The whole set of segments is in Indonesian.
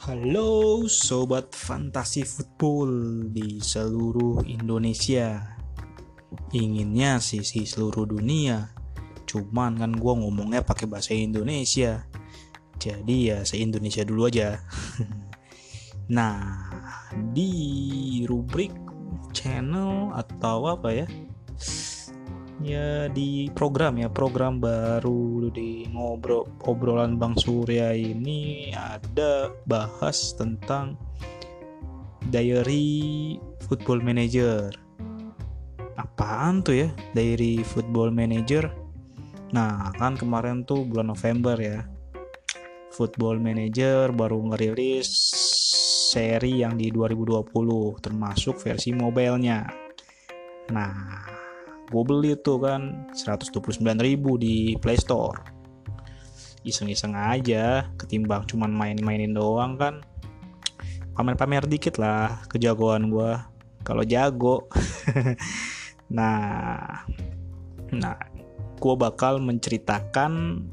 Halo Sobat Fantasi Football di seluruh Indonesia. Inginnya sih seluruh dunia. Cuman kan gue ngomongnya pakai bahasa Indonesia. Jadi ya se-Indonesia dulu aja. Nah, di rubrik channel atau apa ya? Ya di program baru di obrolan Bang Surya ini ada bahas tentang Diary Football Manager. Apaan tuh ya Diary Football Manager? Nah kan kemarin tuh bulan November ya, Football Manager baru ngerilis seri yang di 2020 termasuk versi mobile-nya. Nah gue beli tuh kan 129.000 di Play Store. Iseng-iseng aja, ketimbang cuman mainin doang kan. Pamer-pamer dikit lah kejagoan gue. Kalau jago. Nah, gue bakal menceritakan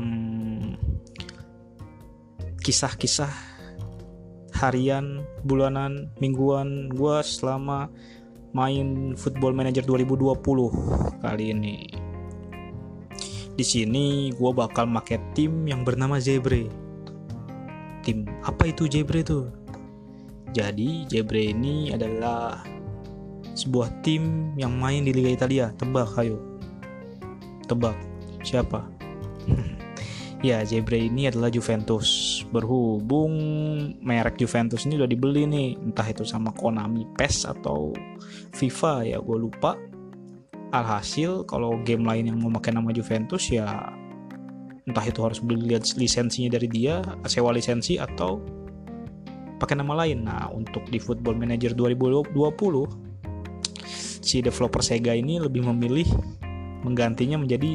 kisah-kisah harian, bulanan, mingguan gue selama main Football Manager 2020 kali ini. Di sini gue bakal make tim yang bernama Zebre. Tim apa itu Zebre tuh? Jadi Zebre ini adalah sebuah tim yang main di Liga Italia. Tebak, ayo. Tebak siapa? Ya, Zebre ini adalah Juventus. Berhubung merek Juventus ini udah dibeli nih, entah itu sama Konami, PES atau FIFA ya, gue lupa. Alhasil kalau game lain yang mau pakai nama Juventus ya entah itu harus beli lisensinya dari dia, sewa lisensi atau pakai nama lain. Nah, untuk di Football Manager 2020 si developer Sega ini lebih memilih menggantinya menjadi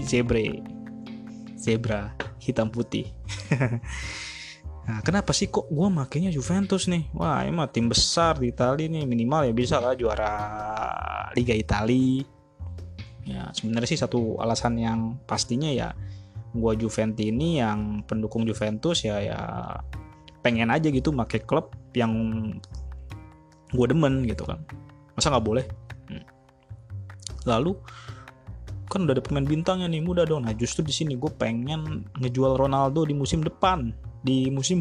Zebra hitam putih. Nah, kenapa sih kok gue makainya Juventus nih? Wah, emang tim besar di Italia nih, minimal ya bisa lah juara Liga Italia. Ya, sebenarnya sih satu alasan yang pastinya ya gue Juventus ini yang pendukung Juventus ya pengen aja gitu pakai klub yang gue demen gitu kan. Masa nggak boleh? Lalu kan udah ada pemain bintangnya nih, mudah dong. Nah justru di sini gue pengen ngejual Ronaldo di musim depan, di musim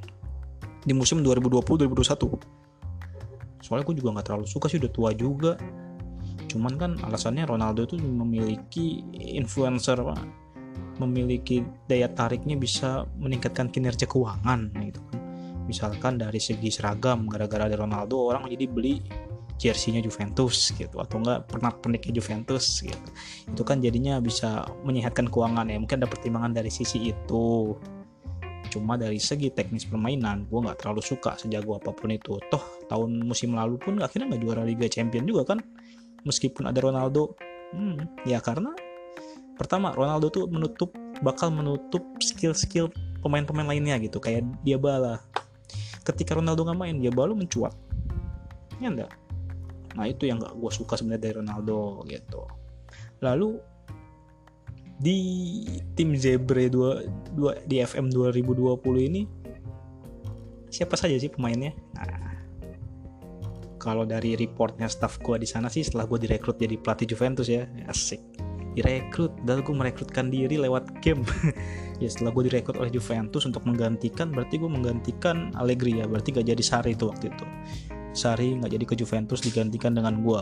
2020-2021. Soalnya gue juga nggak terlalu suka sih, udah tua juga. Cuman kan alasannya Ronaldo itu memiliki influencer, memiliki daya tariknya bisa meningkatkan kinerja keuangan gitu kan. Misalkan dari segi seragam, gara-gara ada Ronaldo orang jadi beli jersey-nya Juventus gitu, atau enggak pernak-perniknya Juventus gitu. Itu kan jadinya bisa menyehatkan keuangan ya, mungkin ada pertimbangan dari sisi itu. Cuma dari segi teknis permainan gue nggak terlalu suka sejago apapun itu. Toh tahun musim lalu pun akhirnya nggak juara Liga Champion juga kan, meskipun ada Ronaldo. Ya karena pertama Ronaldo tuh bakal menutup skill-skill pemain-pemain lainnya gitu, kayak Dybala. Ketika Ronaldo nggak main, Dybala mencuat ya enggak. Nah itu yang gak gue suka sebenarnya dari Ronaldo gitu. Lalu di tim Zebre 2 di FM 2020 ini siapa saja sih pemainnya? Nah, kalau dari reportnya staff gue di sana sih, setelah gue direkrut jadi pelatih Juventus ya, asik. Direkrut, dan gue merekrutkan diri lewat game. Ya setelah gue direkrut oleh Juventus untuk menggantikan, berarti gue menggantikan Allegri ya, berarti gak jadi Sarri itu waktu itu. Sarri nggak jadi ke Juventus, digantikan dengan gue.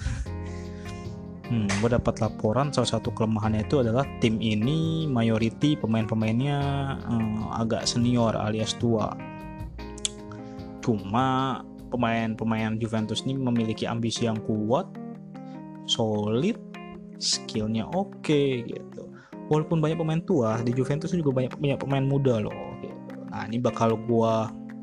Gue dapat laporan salah satu kelemahannya itu adalah tim ini mayoriti pemain-pemainnya agak senior alias tua. Cuma pemain-pemain Juventus ini memiliki ambisi yang kuat, solid, skillnya oke gitu. Walaupun banyak pemain tua, di Juventus juga banyak pemain muda loh gitu. Nah ini bakal gue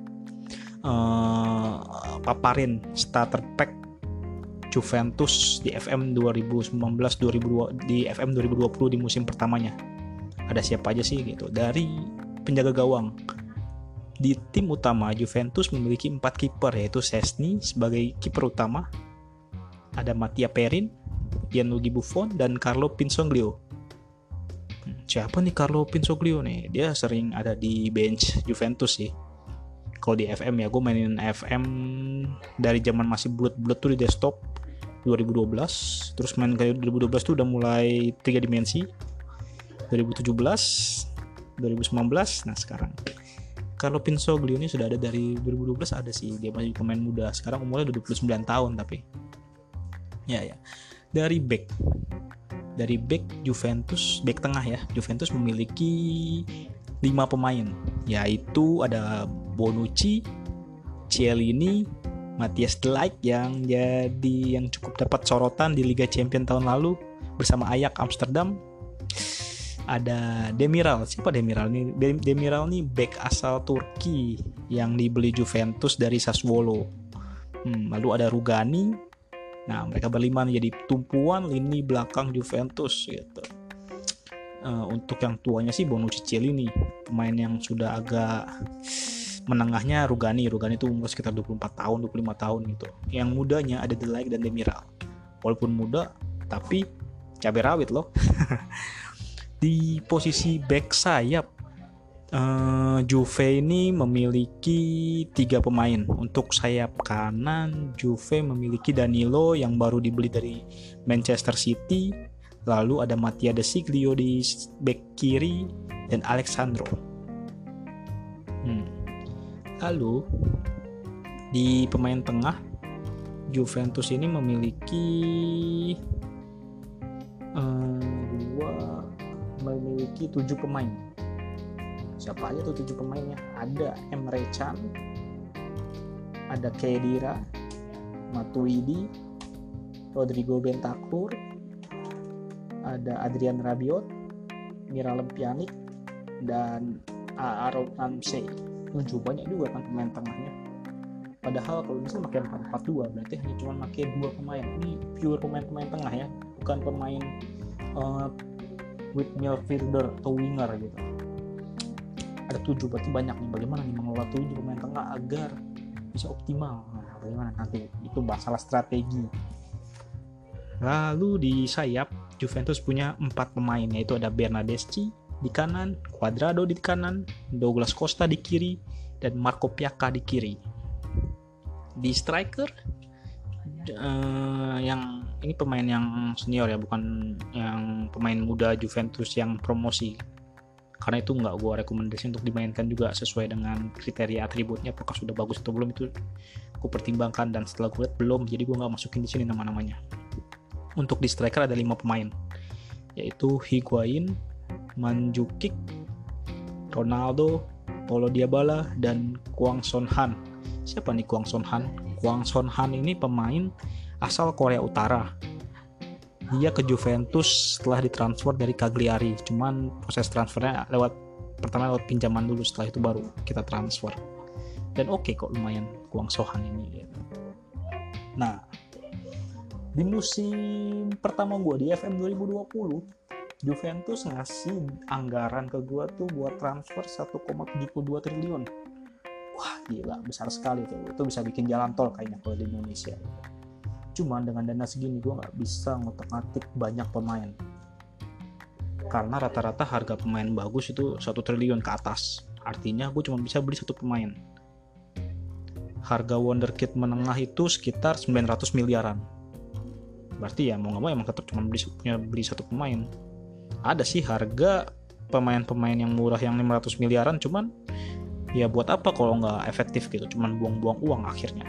paparin starter pack Juventus di FM 2019-2020 di FM 2020 di musim pertamanya. Ada siapa aja sih gitu. Dari penjaga gawang, di tim utama Juventus memiliki 4 kiper, yaitu Szczęsny sebagai kiper utama, ada Mattia Perin, Gianluigi Buffon, dan Carlo Pinsoglio. Siapa nih Carlo Pinsoglio nih? Dia sering ada di bench Juventus sih. Kalau di FM ya gue mainin FM dari zaman masih bulat-bulat tuh di desktop 2012, terus main kayak 2012 tuh udah mulai 3 dimensi, 2017, 2019, nah sekarang. Kalau Pinsoglio ini sudah ada dari 2012, ada sih, dia masih pemain muda, sekarang umurnya udah 29 tahun tapi. Ya. Dari back Juventus, back tengah ya. Juventus memiliki 5 pemain, yaitu ada Bonucci, Chiellini, Matthias de Ligt yang cukup dapat sorotan di Liga Champions tahun lalu bersama Ajax Amsterdam. Ada Demiral. Siapa Demiral nih? Demiral nih back asal Turki yang dibeli Juventus dari Sassuolo. Lalu ada Rugani. Nah, mereka berlima nih jadi tumpuan lini belakang Juventus gitu. Untuk yang tuanya sih Bonucci, Chiellini, pemain yang sudah agak menengahnya Rugani itu umur sekitar 24 tahun, 25 tahun gitu. Yang mudanya ada De Ligt dan Demiral. Walaupun muda tapi cabai rawit loh. Di posisi back sayap Juve ini memiliki 3 pemain. Untuk sayap kanan Juve memiliki Danilo yang baru dibeli dari Manchester City. Lalu ada Mattia De Sciglio di back kiri dan Alexandro. Lalu di pemain tengah Juventus ini memiliki 7 pemain. Siapa aja tuh 7 pemainnya? Ada Emre Can, ada Khedira, Matuidi, Rodrigo Bentancur, ada Adrian Rabiot, Miralem Pjanic, dan Aaron Ramsey. 7 banyak juga kan pemain tengahnya. Padahal kalau misalnya pakai 4-4-2 berarti hanya cuma pakai 2 pemain. Ini pure pemain tengah ya, bukan pemain with midfielder atau winger gitu. Ada 7 berarti banyak nih. Bagaimana nih mengelola 7 pemain tengah agar bisa optimal? Nah, bagaimana nanti? Itu masalah strategi. Lalu di sayap Juventus punya 4 pemain, yaitu ada Bernardeschi di kanan, Cuadrado di kanan, Douglas Costa di kiri, dan Marco Piacca di kiri. Di striker yang ini pemain yang senior ya, bukan yang pemain muda Juventus yang promosi, karena itu nggak gue rekomendasi untuk dimainkan juga sesuai dengan kriteria atributnya, apakah sudah bagus atau belum itu gue pertimbangkan, dan setelah gue lihat belum, jadi gue nggak masukin di sini nama-namanya. Untuk di striker ada 5 pemain, yaitu Higuain, Mandzukic, Ronaldo, Paulo Dybala, dan Kwang Son Han. Siapa nih Kwang Son Han? Kwang Son Han ini pemain asal Korea Utara. Dia ke Juventus setelah ditransfer dari Cagliari. Cuman proses transfernya pertama lewat pinjaman dulu, setelah itu baru kita transfer. Dan oke kok, lumayan Kwang Son Han ini. Nah, di musim pertama gue di FM 2020, Juventus ngasih anggaran ke gue tuh buat transfer 1,72 triliun. Wah gila, besar sekali tuh. Itu bisa bikin jalan tol kayaknya kalau di Indonesia. Cuman dengan dana segini gue gak bisa ngotak-ngatik banyak pemain, karena rata-rata harga pemain bagus itu 1 triliun ke atas. Artinya gue cuma bisa beli 1 pemain. Harga wonderkid menengah itu sekitar 900 miliaran. Berarti ya mau gak mau emang tetap cuma beli 1 pemain. Ada sih harga pemain-pemain yang murah yang 500 miliaran, cuman ya buat apa kalau nggak efektif gitu, cuman buang-buang uang akhirnya.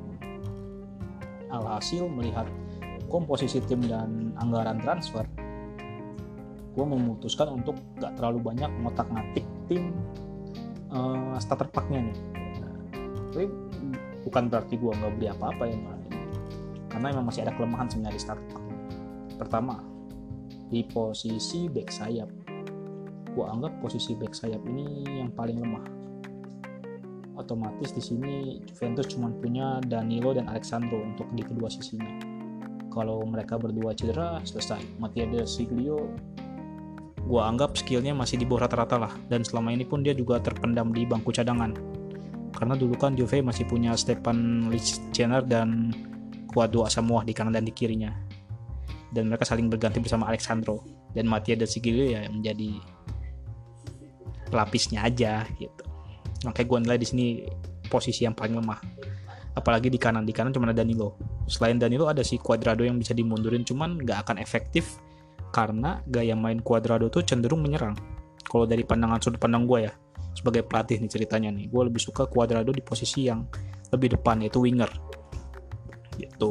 Alhasil melihat komposisi tim dan anggaran transfer, gue memutuskan untuk nggak terlalu banyak ngotak-ngatik tim starter pack-nya nih. Tapi bukan berarti gue nggak beli apa-apa ya, karena memang masih ada kelemahan sebenarnya di starter pack. Pertama, di posisi back sayap, gue anggap posisi back sayap ini yang paling lemah. Otomatis di sini Juventus cuma punya Danilo dan Alexandro untuk di kedua sisinya. Kalau mereka berdua cedera, selesai. Mattia De Sciglio, gue anggap skillnya masih di bawah rata-rata lah, dan selama ini pun dia juga terpendam di bangku cadangan. Karena dulu kan Juve masih punya Stefan Lichtsteiner dan Kwadwo Asamoah di kanan dan di kirinya, dan mereka saling berganti bersama Alexandro, dan Mattia De Sciglio ya menjadi pelapisnya aja gitu. Makanya gue nilai di sini posisi yang paling lemah. Apalagi di kanan cuma ada Danilo. Selain Danilo ada si Cuadrado yang bisa dimundurin, cuman nggak akan efektif karena gaya main Cuadrado tuh cenderung menyerang. Kalau dari sudut pandang gue ya, sebagai pelatih nih ceritanya nih, gue lebih suka Cuadrado di posisi yang lebih depan, yaitu winger gitu.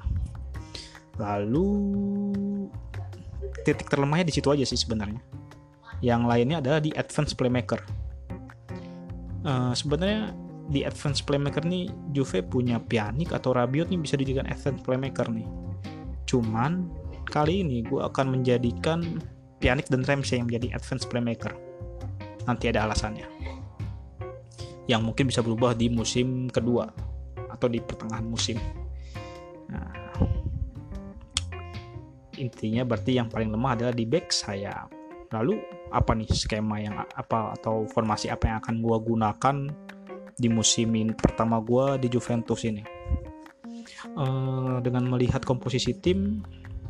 Lalu titik terlemahnya di situ aja sih sebenarnya. Yang lainnya adalah di advance playmaker. Sebenarnya di advance playmaker nih Juve punya Pjanic atau Rabiot nih bisa dijadikan advance playmaker nih. Cuman kali ini gue akan menjadikan Pjanic dan Ramsey yang menjadi advance playmaker. Nanti ada alasannya. Yang mungkin bisa berubah di musim kedua atau di pertengahan musim. Nah, intinya berarti yang paling lemah adalah di back sayap. Lalu apa nih skema yang apa atau formasi apa yang akan gue gunakan di musim pertama gue di Juventus ini? Dengan melihat komposisi tim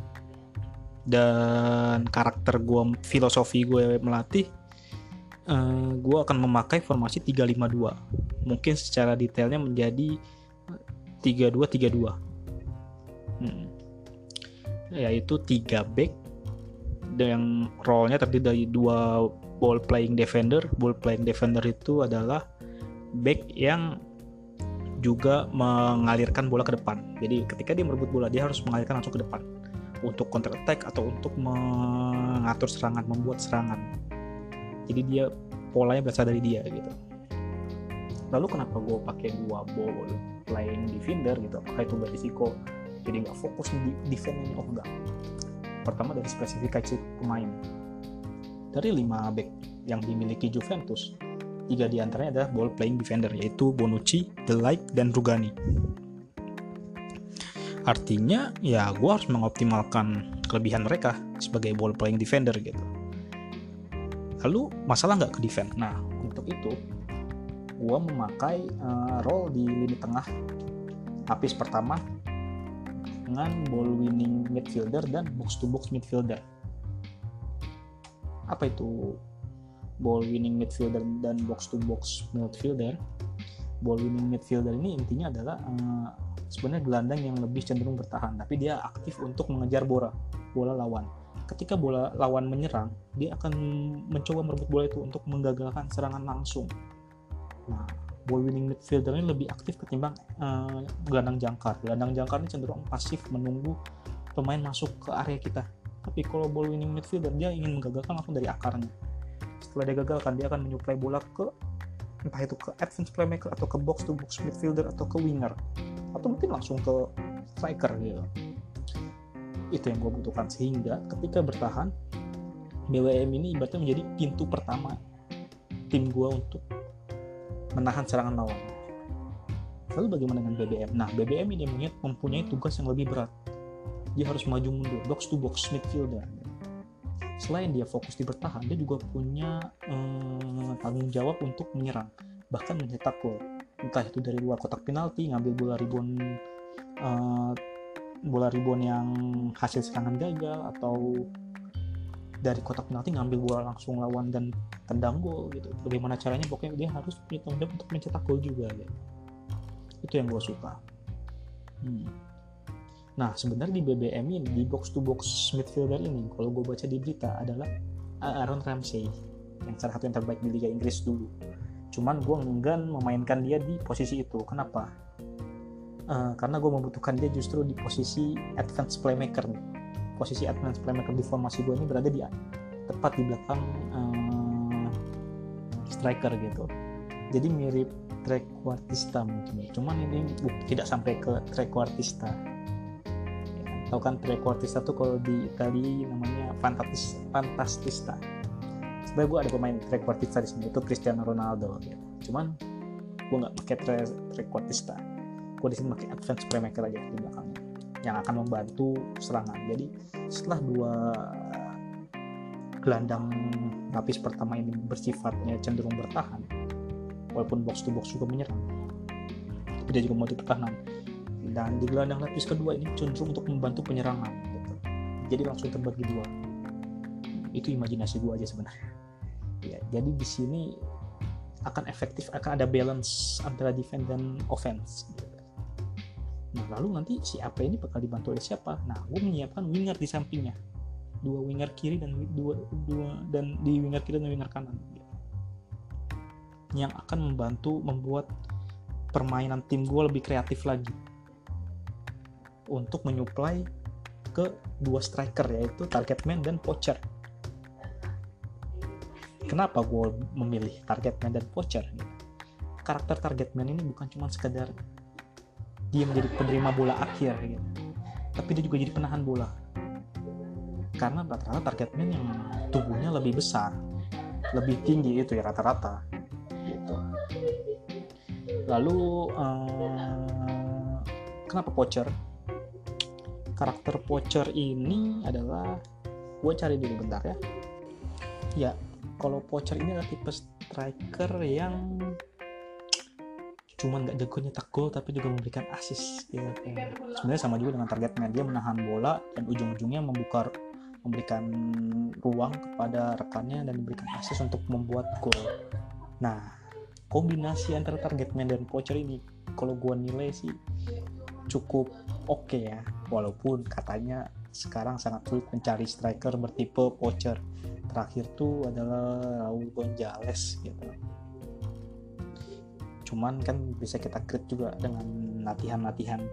dan karakter gue, filosofi gue melatih, gue akan memakai formasi 3-5-2. Mungkin secara detailnya menjadi 3-2-3-2. Yaitu 3 back yang role-nya terdiri dari 2 ball playing defender. Ball playing defender itu adalah back yang juga mengalirkan bola ke depan. Jadi ketika dia merebut bola, dia harus mengalirkan langsung ke depan untuk counter attack atau untuk mengatur serangan, membuat serangan. Jadi dia polanya berasal dari dia gitu. Lalu kenapa gue pakai 2 ball playing defender gitu? Apakah itu berisiko jadi nggak fokus di defense-nya? Oh enggak. Pertama dari spesifikasi pemain. Dari 5 back yang dimiliki Juventus, 3 diantaranya adalah ball playing defender, yaitu Bonucci, De Ligt, dan Rugani. Artinya ya gue harus mengoptimalkan kelebihan mereka sebagai ball playing defender gitu. Lalu masalah nggak ke defense? Nah untuk itu gue memakai role di lini tengah lapis pertama dengan ball winning midfielder dan box to box midfielder. Apa itu ball winning midfielder dan box to box midfielder? Ball winning midfielder ini intinya adalah sebenarnya gelandang yang lebih cenderung bertahan, tapi dia aktif untuk mengejar bola lawan. Ketika bola lawan menyerang, dia akan mencoba merebut bola itu untuk menggagalkan serangan langsung. Nah, ball winning midfielder ini lebih aktif ketimbang gelandang jangkar. Gelandang jangkar ini cenderung pasif menunggu pemain masuk ke area kita. Tapi kalau ball winning midfielder, dia ingin menggagalkan langsung dari akarnya. Setelah dia gagalkan, dia akan menyuplai bola ke entah itu ke advance playmaker atau ke box to box midfielder atau ke winger atau mungkin langsung ke striker gitu. Itu yang gue butuhkan, sehingga ketika bertahan BWM ini ibaratnya menjadi pintu pertama tim gue untuk menahan serangan lawan. Lalu bagaimana dengan BBM? Nah, BBM ini mempunyai tugas yang lebih berat. Dia harus maju mundur, box to box midfielder. Selain dia fokus di bertahan, dia juga punya tanggung jawab untuk menyerang, bahkan mencetak gol. Entah itu dari luar kotak penalti, ngambil bola ribon yang hasil serangan gagal, atau dari kotak penalti ngambil bola langsung lawan dan tendang gol gitu. Bagaimana caranya, pokoknya dia harus punya tanggung jawab untuk mencetak gol juga gitu. Itu yang gue suka. Nah sebenarnya di BBM ini, di box to box midfielder ini, kalau gue baca di berita adalah Aaron Ramsey, yang salah satu yang terbaik di Liga Inggris dulu. Cuman gue enggan memainkan dia di posisi itu. Kenapa? Karena gue membutuhkan dia justru di posisi advance playmaker nih. Posisi advance playmaker di formasi gue ini berada di tepat di belakang striker gitu. Jadi mirip trequartista mungkin. Cuman ini tidak sampai ke trequartista. Tahu kan trequartista tuh kalau di Italia namanya fantastista. Sebenarnya gue ada pemain trequartista di sini, itu Cristiano Ronaldo gitu. Cuman gue nggak pakai trequartista. Gue di sini pakai advance playmaker aja di belakangnya yang akan membantu serangan. Jadi setelah 2 gelandang lapis pertama ini bersifatnya cenderung bertahan, walaupun box to box juga menyerang, tapi dia juga mau di pertahanan. Dan di gelandang lapis kedua ini cenderung untuk membantu penyerangan gitu. Jadi langsung terbagi 2. Itu imajinasi gue aja sebenarnya. Ya, jadi di sini akan efektif, akan ada balance antara defense dan offense. Nah lalu nanti si AP ini bakal dibantu oleh siapa? Nah gue menyiapkan winger di sampingnya, 2 winger kiri dan dan di winger kiri dan winger kanan, yang akan membantu membuat permainan tim gue lebih kreatif lagi untuk menyuplai ke 2 striker, yaitu target man dan poacher. Kenapa gue memilih target man dan poacher? Karakter target man ini bukan cuma sekedar dia menjadi penerima bola akhir gitu, tapi dia juga jadi penahan bola, karena rata-rata target man yang tubuhnya lebih besar, lebih tinggi itu ya rata-rata gitu. Lalu kenapa poacher? Karakter poacher ini adalah, gue cari dulu bentar ya, kalau poacher ini adalah tipe striker yang cuman gak jago nyetak gol tapi juga memberikan assist gitu. Sebenarnya sama juga dengan target man, dia menahan bola dan ujung-ujungnya memberikan ruang kepada rekannya dan memberikan assist untuk membuat gol. Nah kombinasi antara target man dan poacher ini kalau gue nilai sih cukup oke ya, walaupun katanya sekarang sangat sulit mencari striker bertipe poacher. Terakhir tuh adalah Raul Gonzalez gitu. Cuman kan bisa kita create juga dengan latihan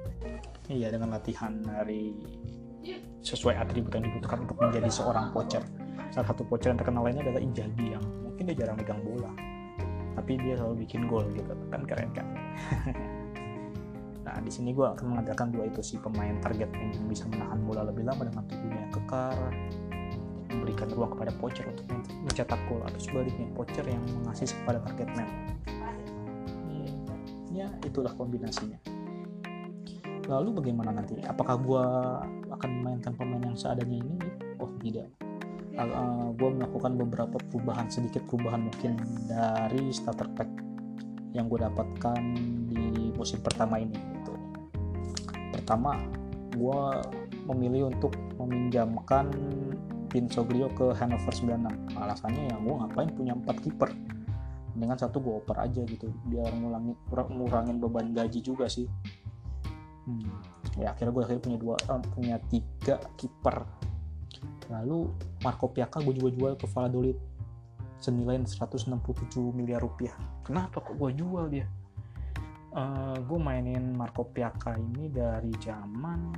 dari sesuai atribut yang dibutuhkan untuk menjadi seorang poacher. Salah satu poacher yang terkenal lainnya adalah Inzaghi, yang mungkin dia jarang megang bola tapi dia selalu bikin gol gitu kan, keren kan. Nah di sini gue akan mengadakan 2 itu sih, pemain target yang bisa menahan bola lebih lama dengan tubuhnya yang kekar, memberikan ruang kepada poacher untuk mencetak gol, atau sebaliknya poacher yang mengasih kepada target man. Ya itulah kombinasinya. Lalu bagaimana nanti? Apakah gue akan memainkan pemain yang seadanya ini? Oh tidak. Gue melakukan beberapa sedikit perubahan mungkin dari starter pack yang gue dapatkan di musim pertama ini gitu. Pertama, gue memilih untuk meminjamkan Pinsoglio ke Hannover 96. Alasannya ya gue ngapain punya 4 kiper, dengan 1 gue oper aja gitu, biar ngurangin beban gaji juga sih. Ya akhirnya gue punya 3 kiper. Lalu Marco Piaka gue juga jual ke Valladolid senilai 167 miliar rupiah. Kenapa kok gue jual dia? Gue mainin Marco Piaka ini dari zaman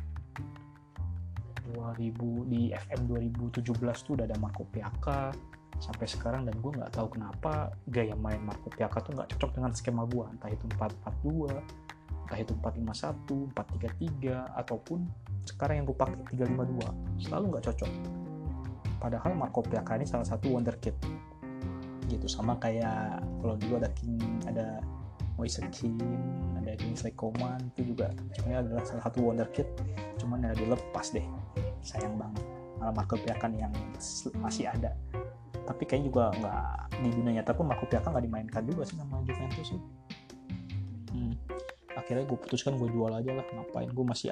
2000 di FM 2017 tuh udah ada Marco Piaka sampai sekarang, dan gue nggak tahu kenapa gaya main Marco Piaka tuh nggak cocok dengan skema gue, entah itu 4-4-2, entah itu 4-5-1, 4-3-3, ataupun sekarang yang gue pakai 3-5-2, selalu nggak cocok. Padahal Marco Piaka ini salah satu wonderkid gitu, sama kayak kalau dulu ada Moise Kean, ada Kingsley Coman, itu juga sebenarnya adalah salah satu wonderkid, cuman ya dilepas deh, sayang banget. Malah Marco Piaka yang masih ada, tapi kayaknya juga nggak di dunia nyata pun Marco Piaka nggak dimainkan juga sih sama Juventus sih. Akhirnya gue putuskan gue jual aja lah, ngapain, gue masih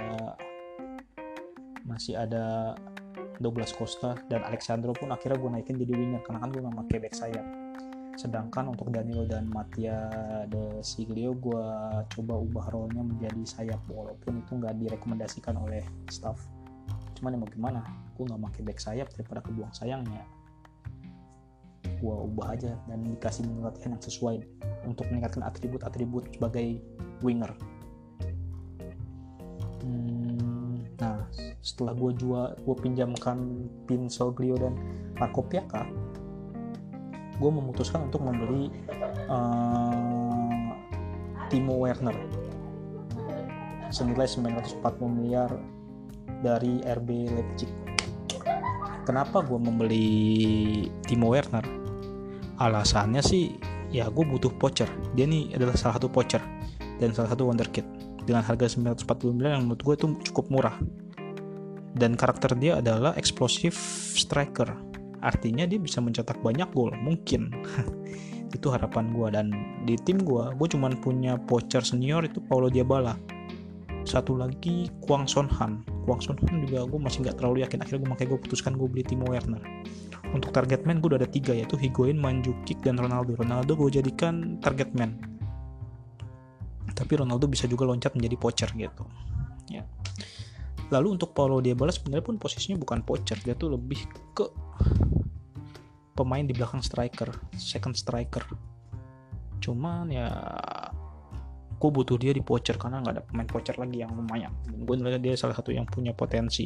ada Douglas Costa dan Alexandro pun akhirnya gue naikin jadi winger, karena kan gue nggak pakai back sayap. Sedangkan untuk Danilo dan Mattia De Sciglio gue coba ubah role-nya menjadi sayap, walaupun itu nggak direkomendasikan oleh staff. Cuman ya mau gimana, gue nggak pakai back sayap daripada kebuang sayangnya, gue ubah aja dan dikasih latihan yang sesuai untuk meningkatkan atribut-atribut sebagai winger. Nah setelah gue pinjamkan Pinsoglio dan Marco Piaka, gue memutuskan untuk membeli Timo Werner senilai 940 miliar dari RB Leipzig. Kenapa gue membeli Timo Werner? Alasannya sih ya gue butuh poacher. Dia nih adalah salah satu poacher dan salah satu wonderkid dengan harga 940 miliar yang menurut gue itu cukup murah. Dan karakter dia adalah explosive striker, artinya dia bisa mencetak banyak gol mungkin. Itu harapan gue. Dan di tim gue cuma punya poacher senior itu Paulo Dybala, satu lagi Kwang Son Han. Kwang Son Han juga gue masih nggak terlalu yakin. Akhirnya gue putuskan gue beli Timo Werner. Untuk target man gue udah ada 3, yaitu Higuain, Mandzukic, dan Ronaldo. Ronaldo gue jadikan target man, tapi Ronaldo bisa juga loncat menjadi poacher gitu ya. Lalu untuk Paulo Dybala sebenarnya pun posisinya bukan poacher, dia tuh lebih ke pemain di belakang striker, second striker. Cuman ya gue butuh dia di poacher karena nggak ada pemain poacher lagi yang lumayan. Gue nilai dia salah satu yang punya potensi.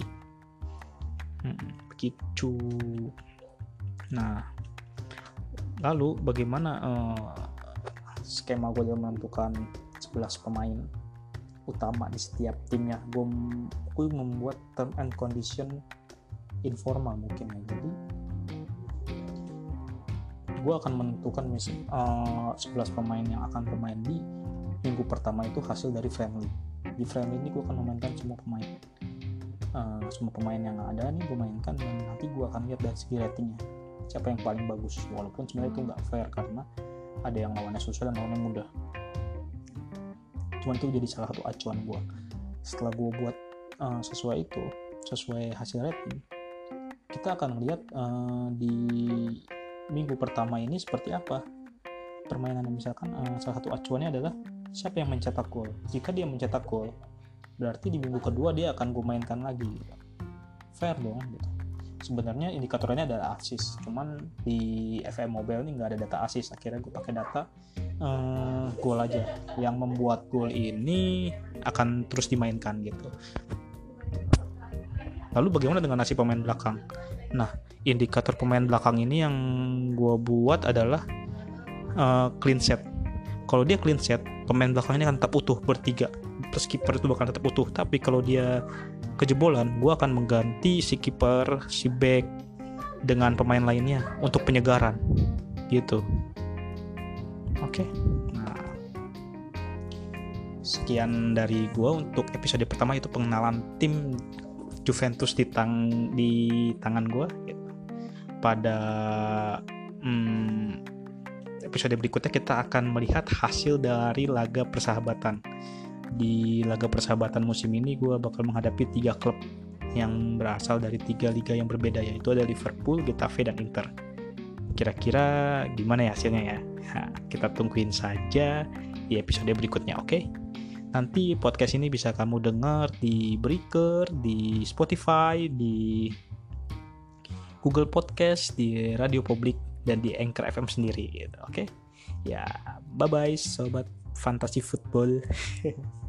Begitu. Nah, lalu bagaimana skema gue dalam menentukan 11 pemain utama di setiap timnya? Gue membuat term and condition informal mungkin ya. Jadi gue akan menentukan 11 pemain yang akan bermain di minggu pertama itu hasil dari friendly. Di friendly ini gue akan memainkan semua pemain. Semua pemain yang ada nih gue mainkan, dan nanti gue akan lihat dari segi ratingnya siapa yang paling bagus. Walaupun sebenarnya itu nggak fair karena ada yang lawannya susah dan lawannya mudah. Cuman itu jadi salah satu acuan gue. Setelah gue buat sesuai hasil rating, kita akan lihat di minggu pertama ini seperti apa permainannya. Misalkan salah satu acuannya adalah siapa yang mencetak gol. Jika dia mencetak gol, berarti di minggu kedua dia akan gue mainkan lagi gitu. Fair dong gitu. Sebenarnya indikatornya adalah assist, cuman di FM Mobile ini nggak ada data assist. Akhirnya gue pakai data gol aja. Yang membuat gol ini akan terus dimainkan gitu. Lalu bagaimana dengan nasib pemain belakang? Nah, indikator pemain belakang ini yang gue buat adalah clean set. Kalau dia clean set, pemain belakang ini akan tetap utuh bertiga, plus kiper itu bakal tetap utuh. Tapi kalau dia kejebolan, gue akan mengganti si kiper, si back dengan pemain lainnya untuk penyegaran gitu. Oke. Nah, sekian dari gue untuk episode pertama, itu pengenalan tim Juventus di tangan gue gitu. Pada episode berikutnya kita akan melihat hasil dari laga persahabatan. Di laga persahabatan musim ini gue bakal menghadapi 3 klub yang berasal dari 3 liga yang berbeda, yaitu ada Liverpool, Getafe, dan Inter. Kira-kira gimana ya hasilnya ya? Nah, kita tungguin saja di episode berikutnya, oke? Nanti podcast ini bisa kamu dengar di Breaker, di Spotify, di Google Podcast, di Radio Publik, dan di Anchor FM sendiri gitu, oke? Ya, bye-bye sobat Fantasi Football.